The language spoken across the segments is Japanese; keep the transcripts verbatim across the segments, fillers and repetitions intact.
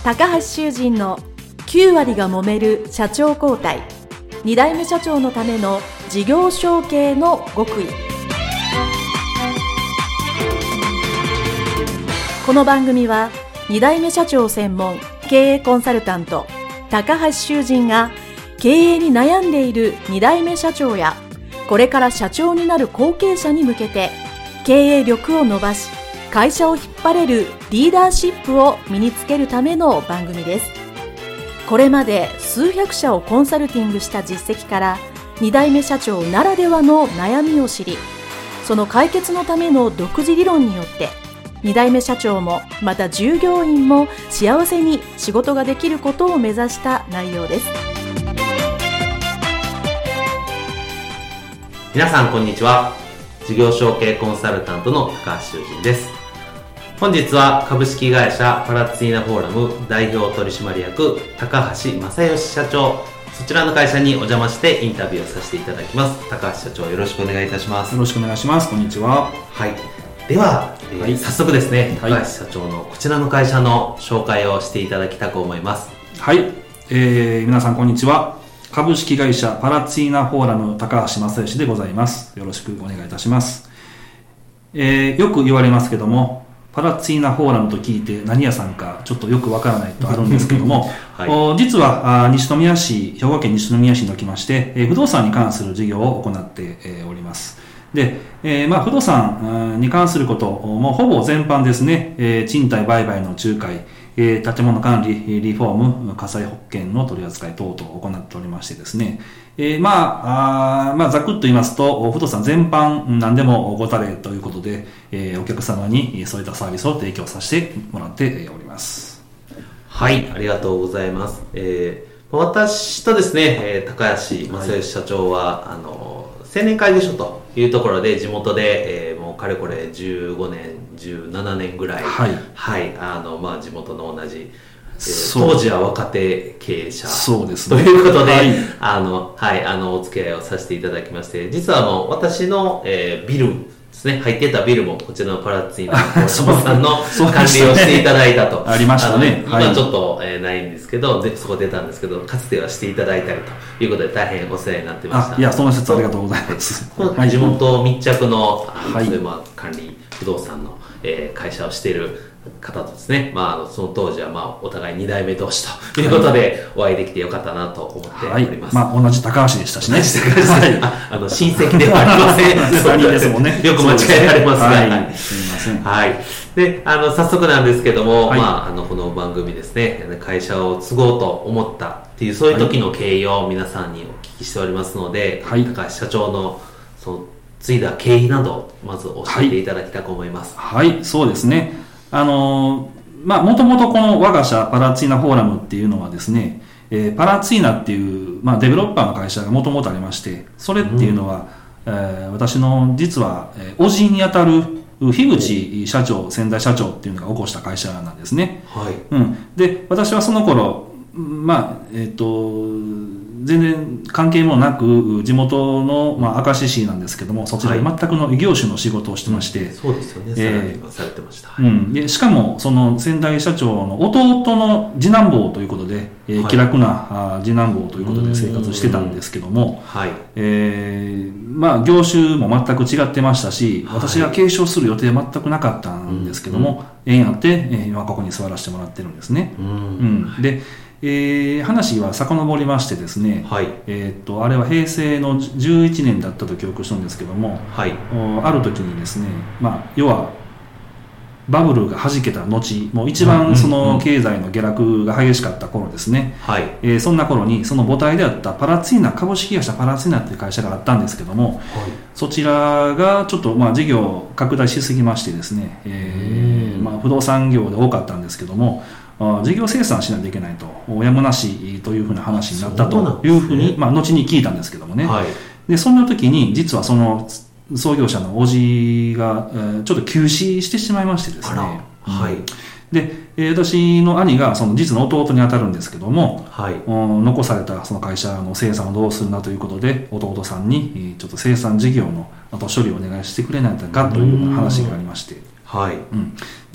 高橋修人のきゅう割が揉める社長交代、に代目社長のための事業承継の極意。この番組はに代目社長専門経営コンサルタント高橋修人が経営に悩んでいるに代目社長やこれから社長になる後継者に向けて経営力を伸ばし会社を引っ張れるリーダーシップを身につけるための番組です。これまで数百社をコンサルティングした実績からに代目社長ならではの悩みを知り、その解決のための独自理論によってに代目社長もまた従業員も幸せに仕事ができることを目指した内容です。 皆さんこんにちは。事業承継コンサルタントの高橋修人です。本日は株式会社パラッツィーナフォーラム代表取締役高橋正義社長、そちらの会社にお邪魔してインタビューをさせていただきます。高橋社長、よろしくお願いいたします。 よろしくお願いします。こんにちは。 はい、では、えーはい、早速ですね、高橋社長のこちらの会社の紹介をしていただきたく思います。 はい、えー、皆さんこんにちは。株式会社パラッツィーナフォーラム高橋正義でございます。よろしくお願いいたします。えー、よく言われますけども、パラッツィーナフォーラムと聞いて何屋さんかちょっとよくわからないとあるんですけども、はい、実は西宮市、兵庫県西宮市におきまして、えー、不動産に関する事業を行って、えー、おります。で、えーまあ、不動産に関することもほぼ全般ですね、えー、賃貸売買の仲介、えー、建物管理、リフォーム、火災保険の取り扱い等々を行っておりましてですね、えー、まあ、あまあ、ざくっと言いますと、不動産全般何でもごたれということで、えー、お客様にそういったサービスを提供させてもらっております。 はい、ありがとうございます。えー、私とですね、えー、高橋正義社長は、はい、あの、青年会議所というところで地元で、えー、もうかれこれじゅうごねん、じゅうななねんぐらい、はい、はい、あの、まあ、地元の同じ、えー、当時は若手経営者そうです、ね、 ということで、はい、あの、はい、あの、お付き合いをさせていただきまして、実はもう私の、えー、ビルですね、入ってたビルもこちらのパラッツィーナフォーラムさんの管理をしていただいたと。 ありましたね。 今ちょっと、えー、ないんですけど、で、そこ出たんですけど、かつてはしていただいたりということで大変お世話になってました。 いや、その説ありがとうございます。 はい、地元密着の、あの、そういう、まあ、管理不動産の、えー、会社をしている方とですね、まあ、その当時はまあお互いに代目同士ということでお会いできてよかったなと思っております。 はい、まあ同じ高橋でしたしね。 はい、あ, あの親戚ではありません。 さんにんですもんね。 よく間違えられますが、 はいはい、すみません。 はい。で、あの早速なんですけども、 はい、 まああのこの番組ですね、会社を継ごうと思ったっていうそういう時の経緯を皆さんにお聞きしておりますので、はい、高橋社長のその継いだ経緯などまず教えていただきたく思います。 はい、はい、そうですね。あのー。まあ、もともとこの我が社パラッツィーナフォーラムっていうのはですね、えー、パラッツィーナっていう、まあ、デベロッパーの会社がもともとありまして、それっていうのは、うん、えー、私の実は、えー、叔父にあたる樋口社長、先代社長っていうのが起こした会社なんですね。 はい。 うん。で、私はその頃、まあ、えっと、全然関係もなく地元の、まあ、明石市なんですけども、そちらで全くの異業種の仕事をしてまして、はい、 そうですよね、えー、されてました、 うん、でしかもその先代社長の弟の次男坊ということで、えーはい、気楽な次男坊ということで生活してたんですけども、はい、えー、まあ業種も全く違ってましたし、私が継承する予定は全くなかったんですけども、縁あって、えー、今ここに座らせてもらってるんですね。うん、うん、でえー、話は遡りましてですね、はい、えー、っとあれは平成のじゅういちねんだったと記憶したんですけども、はい、ある時にですね、まあ、要はバブルが弾けた後、もう一番その経済の下落が激しかった頃ですね、はい、えー、そんな頃にその母体であったパラツィーナ、株式会社パラツィーナという会社があったんですけども、はい、そちらがちょっとまあ事業拡大しすぎましてですね、えーまあ、不動産業で多かったんですけども、事業生産しないといけないと、やむなしというふうな話になったというふうに、まあ、後に聞いたんですけどもね、はい、でそんな時に実はその創業者の叔父が、えー、ちょっと休止してしまいましてですね、はい、で、えー、私の兄がその実の弟に当たるんですけども、はい、残されたその会社の生産をどうするんだということで弟さんにちょっと生産事業の後処理をお願いしてくれないかという話がありまして、はい、うん、で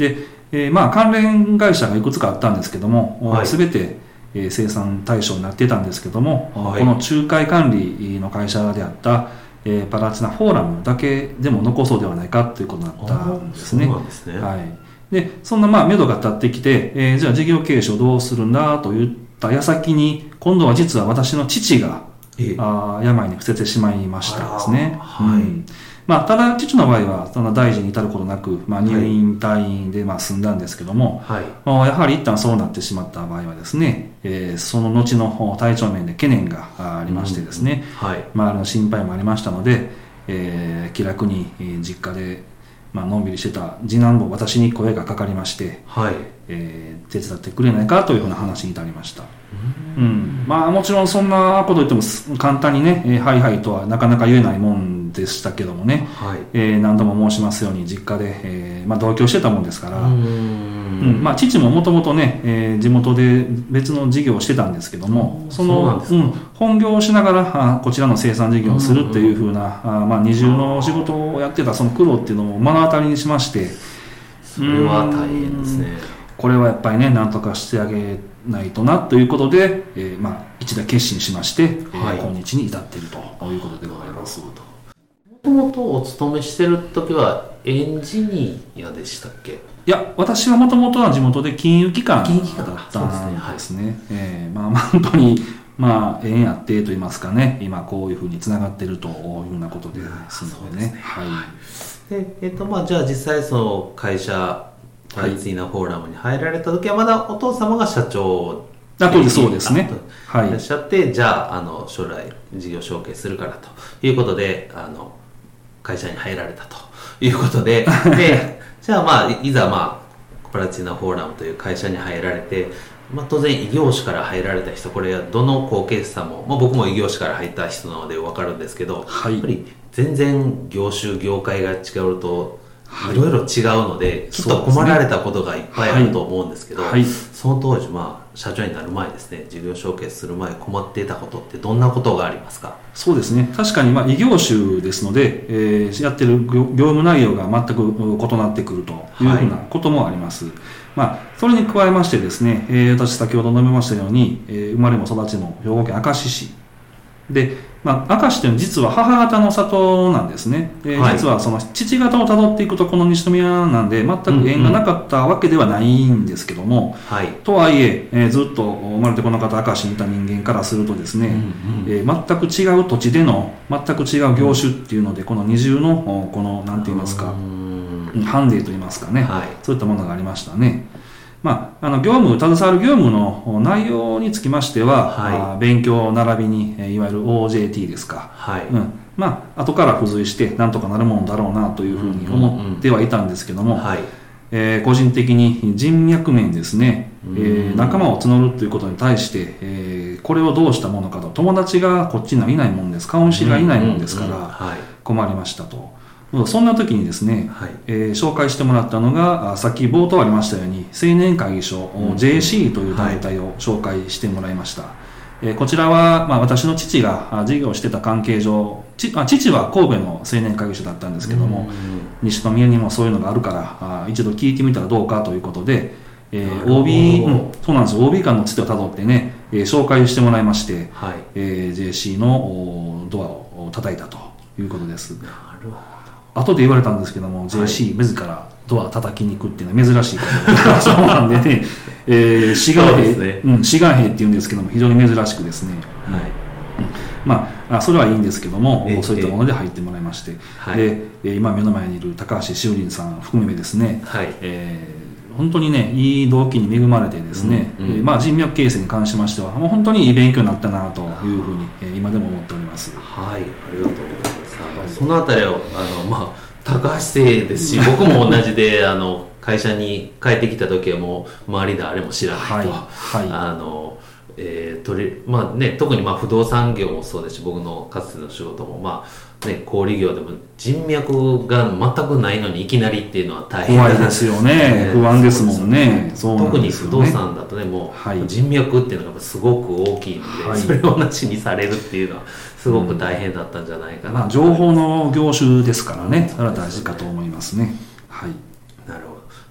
えー、まあ関連会社がいくつかあったんですけども、 はい、 全て、えー、生産対象になってたんですけども、はい、この仲介管理の会社であった、えー、パラチナフォーラムだけでも残そうではないかということになったんですね。 そうなんですね。 はい。で、そんなまあ目処が立ってきて、えー、じゃあ事業経営をどうするんだと言った矢先に、今度は実は私の父が、ええ、あ病に伏せてしまいましたですね。はい。うん、まあ、ただ父の場合はそんな大事に至ることなく、まあ、入院退院でまあ済んだんですけども、はい、まあ、やはり一旦そうなってしまった場合はですね、えー、その後の体調面で懸念がありましてですね、うんはい、周りの心配もありましたので、えー、気楽に実家でまあのんびりしてた次男坊私に声がかかりまして、はい、えー、手伝ってくれないかというふうな話に至りました。うん、うん、まあもちろんそんなこと言っても簡単にね、えー、はいはいとはなかなか言えないもんでしたけどもね、はい、えー、何度も申しますように実家で、えーまあ、同居してたもんですから、うん、うん、まあ、父ももともとね、えー、地元で別の事業をしてたんですけども、そのそう、うん、本業をしながらあこちらの生産事業をするっていうふうな、うんうん、あまあ、二重の仕事をやってたその苦労っていうのを目の当たりにしまして、 それは大変ですね。 これはやっぱりね何とかしてあげないとなということで、えーまあ、一打決心しまして、はい、えー、今日に至っているということでございます。 もともとお勤めしてる時はエンジニアでしたっけ？ いや、私はもともとは地元で金融機関だったんですね。えー、まあ本当にまあ縁あってと言いますかね、今こういうふうにつながっているというようなことですのでね。はい。 で、えっとまあじゃあ実際その会社パラチナフォーラムに入られた時はまだお父様が社長でそうですね。 はい。いらっしゃって、じゃああの将来事業承継するからということであの会社に入られたということで、でじゃあまあいざまあパラチナフォーラムという会社に入られて、まあ、当然異業種から入られた人、これはどの後継者さんも、まあ、僕も異業種から入った人なので分かるんですけど、はい、やっぱり全然業種業界が違うといろいろ違うので、はい、きっと困られたことがいっぱいあると思うんですけど、はいはい、その当時、まあ、社長になる前ですね、事業承継する前困っていたことってどんなことがありますか？ そうですね、確かにまあ異業種ですので、えー、やってる業務内容が全く異なってくるというふうなこともあります。はい、まあ、それに加えましてですね、えー、私先ほど述べましたように、えー、生まれも育ちも兵庫県明石市で、まあ、明石というのは実は母方の里なんですね。で、はい、実はその父方をたどっていくとこの西宮なんで全く縁がなかったわけではないんですけども、うんうん、とはいええー、ずっと生まれてこの方明石にいた人間からするとですね、うんうん、えー、全く違う土地での全く違う業種っていうので、この二重のこのなんて言いますか、ハンデと言いますかね、はい、そういったものがありましたね。まあ、あの業務、携わる業務の内容につきましては、はい、勉強並びにいわゆる オージェーティー ですか、はい、うん、まあ後から付随してなんとかなるもんだろうなというふうに思ってはいたんですけども、うんうんうん、はい、えー、個人的に人脈面ですね、えー、仲間を募るということに対して、えー、これをどうしたものかと、友達がこっちにはいないもんです、顔見知りがいないもんですから困りましたと。そんな時にですね、はい、えー、紹介してもらったのが、さっき冒頭ありましたように青年会議所、うん、ジェーシー という団体を紹介してもらいました。はい、えー、こちらは、まあ、私の父が事業してた関係上、ちあ父は神戸の青年会議所だったんですけども、うん、西宮にもそういうのがあるからあ一度聞いてみたらどうかということで、えー、オービー、うん、そうなんです、 オービー 間のつてをたどってね、えー、紹介してもらいまして、はい、えー、ジェーシー のドアを叩いたということです。なるほど。後で言われたんですけども、はい、ジェーシー 自らドア叩きに行くっていうのは珍しいことそうなんでね、えー、志願兵、ね、うん、志願兵って言うんですけども非常に珍しくですね、はい、うん、まあそれはいいんですけども、えー、そういったもので入ってもらいまして、えー、で今目の前にいる高橋修林さん含めですね、はい、えー、本当にねいい動機に恵まれてですね、うんうん、えー、まあ、人脈形成に関しましてはもう本当にいい勉強になったなというふうに、えー、今でも思っております。 はい、ありがとうございます。そのあたりをあの、まあ、高橋生ですし、僕も同じであの会社に帰ってきた時はもう周りであれも知らないと、はいはい、あのえーとりまあね、特にまあ不動産業もそうですし、僕のかつての仕事も、まあね、小売業でも人脈が全くないのにいきなりっていうのは大変怖いですよね、不安ですもんね。そうなんですよね。特に不動産だとね、もう人脈っていうのがすごく大きいので、はい、それをなしにされるっていうのはすごく大変だったんじゃないかな、うん、まあ、 情報の業種ですからね、それは大事かと思いますね。はい、 なるほど。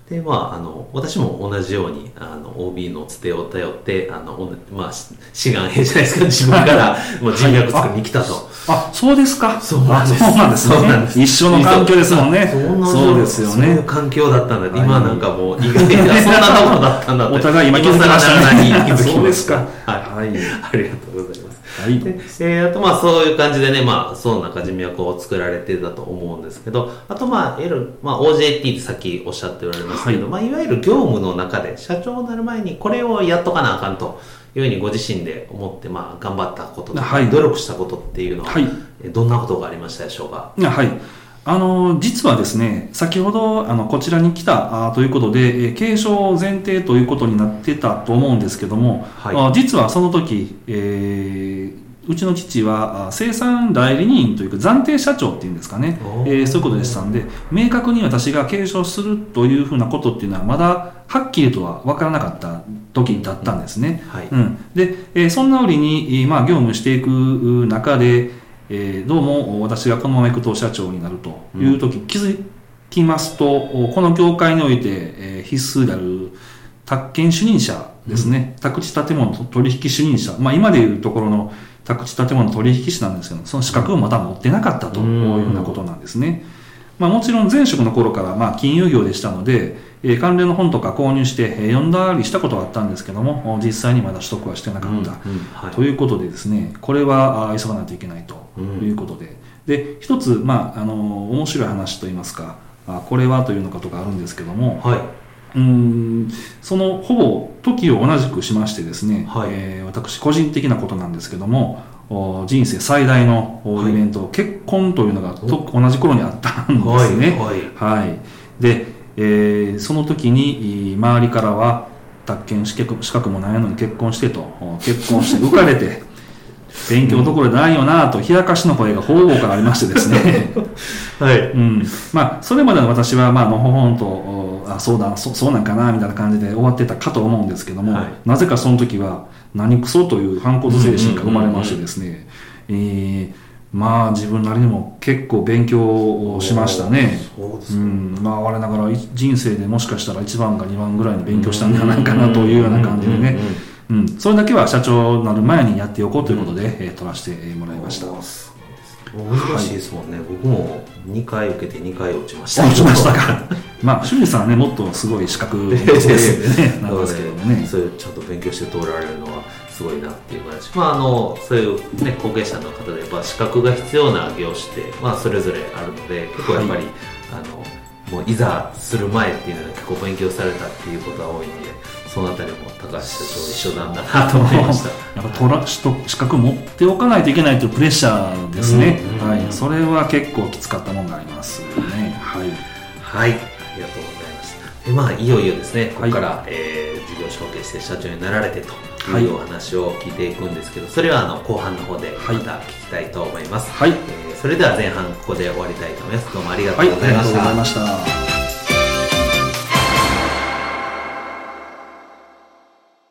で、まあ、あの私も同じようにあの オービー のつてを頼ってあの、まあ、志願兵じゃないですか、自分からもう人脈作りに来たと、はい、 あ, あそうですか。 そうなんです。 そうなんですね。そうなんです。一緒の環境ですもんね。そうですよね。そういう環境だったんだって、はい、今なんかもう意外にそんなところだったんだってお互い今気づきましたね。 気づきました。 そうですか。はい、 はい、ありがとうございます。 はい、 でえー、あとまあそういう感じでね、まあ、その中人脈を作られてたと思うんですけど、あとまあ、いわゆる、まあ、オージェーティー ってさっきおっしゃっておられますけど、はい、まあ、いわゆる業務の中で社長になる前にこれをやっとかなあかんというふうにご自身で思って、まあ、頑張ったこととか、はい、努力したことっていうのは、はい、どんなことがありましたでしょうか。 はい、あの実はですね、先ほどあのこちらに来たあということで、え継承前提ということになってたと思うんですけども、はい、あ実はその時、えーうちの父は生産代理人というか暫定社長っていうんですかね、えー、そういうことでしたんで、明確に私が継承するというふうなことっていうのはまだはっきりとは分からなかった時だったんですね、はい、うん、で、えー、そんな折に、まあ、業務していく中で、えー、どうも私がこのままいくと社長になるという時、うん、気づきますと、この業界において、えー、必須である宅建主任者ですね、うん、宅地建物取引主任者、まあ、今でいうところの宅地建物取引士なんですけど、その資格をまだ持ってなかったというようなことなんですね。まあ、もちろん前職の頃からまあ金融業でしたので、えー、関連の本とか購入して、えー、読んだりしたことはあったんですけども、実際にまだ取得はしてなかった、うんうん、はい、ということでですね、これは急がないといけないということで、うん、で一つ、まあ、あの面白い話といいますか、あこれはというのことがあるんですけども、はい、うーんそのほぼ時を同じくしましてですね、はい、えー、私個人的なことなんですけども、人生最大のイベント、はい、結婚というのがと同じ頃にあったんですね、はいはいはい、で、えー、その時に周りからは宅建資格、資格もないのに結婚してと、結婚して浮かれて勉強どころでないよなと冷やかしの声が方々からありましてですねはい、うん、まあそれまでの私はまあのほほんとあそうだ そ, そうなんかなみたいな感じで終わってたかと思うんですけども、はい、なぜかその時は何クソという反骨精神が生まれましてですね、えー、まあ自分なりにも結構勉強をしましたね。そうですね、うん、まあ我ながら人生でもしかしたらいちばんかにばんぐらいに勉強したんじゃないかなというような感じでね、うん、それだけは社長になる前にやっておこうということで、うん、えー、取らせてもらいました。 難しいですもんね、はい、僕もにかい受けてにかい落ちました。 落ちましたかまあ清水さんはねもっとすごい資格ですんでねなんですけどもね、 そういうちゃんと勉強して通られるのはすごいなっていう感じ、まあ、あのそういう、ね、後継者の方でやっぱ資格が必要な業種って、まあ、それぞれあるので結構やっぱり、はい、あのもういざする前っていうのは結構勉強されたっていうことが多いので、そのあたりも高橋社長一緒なんだなと思いました。 やっぱ取ら資格持っておかないといけないというプレッシャーですね、うんうんうん、はい、それは結構きつかったものがありますね。はい、 はい、ありがとうございました。で、まあ、いよいよですね、ここから、はい、えー、事業承継して社長になられてというお話を聞いていくんですけど、それはあの後半の方でまた聞きたいと思います、はい、えー、それでは前半ここで終わりたいと思います。どうもありがとうございました。 はい、ありがとうございました。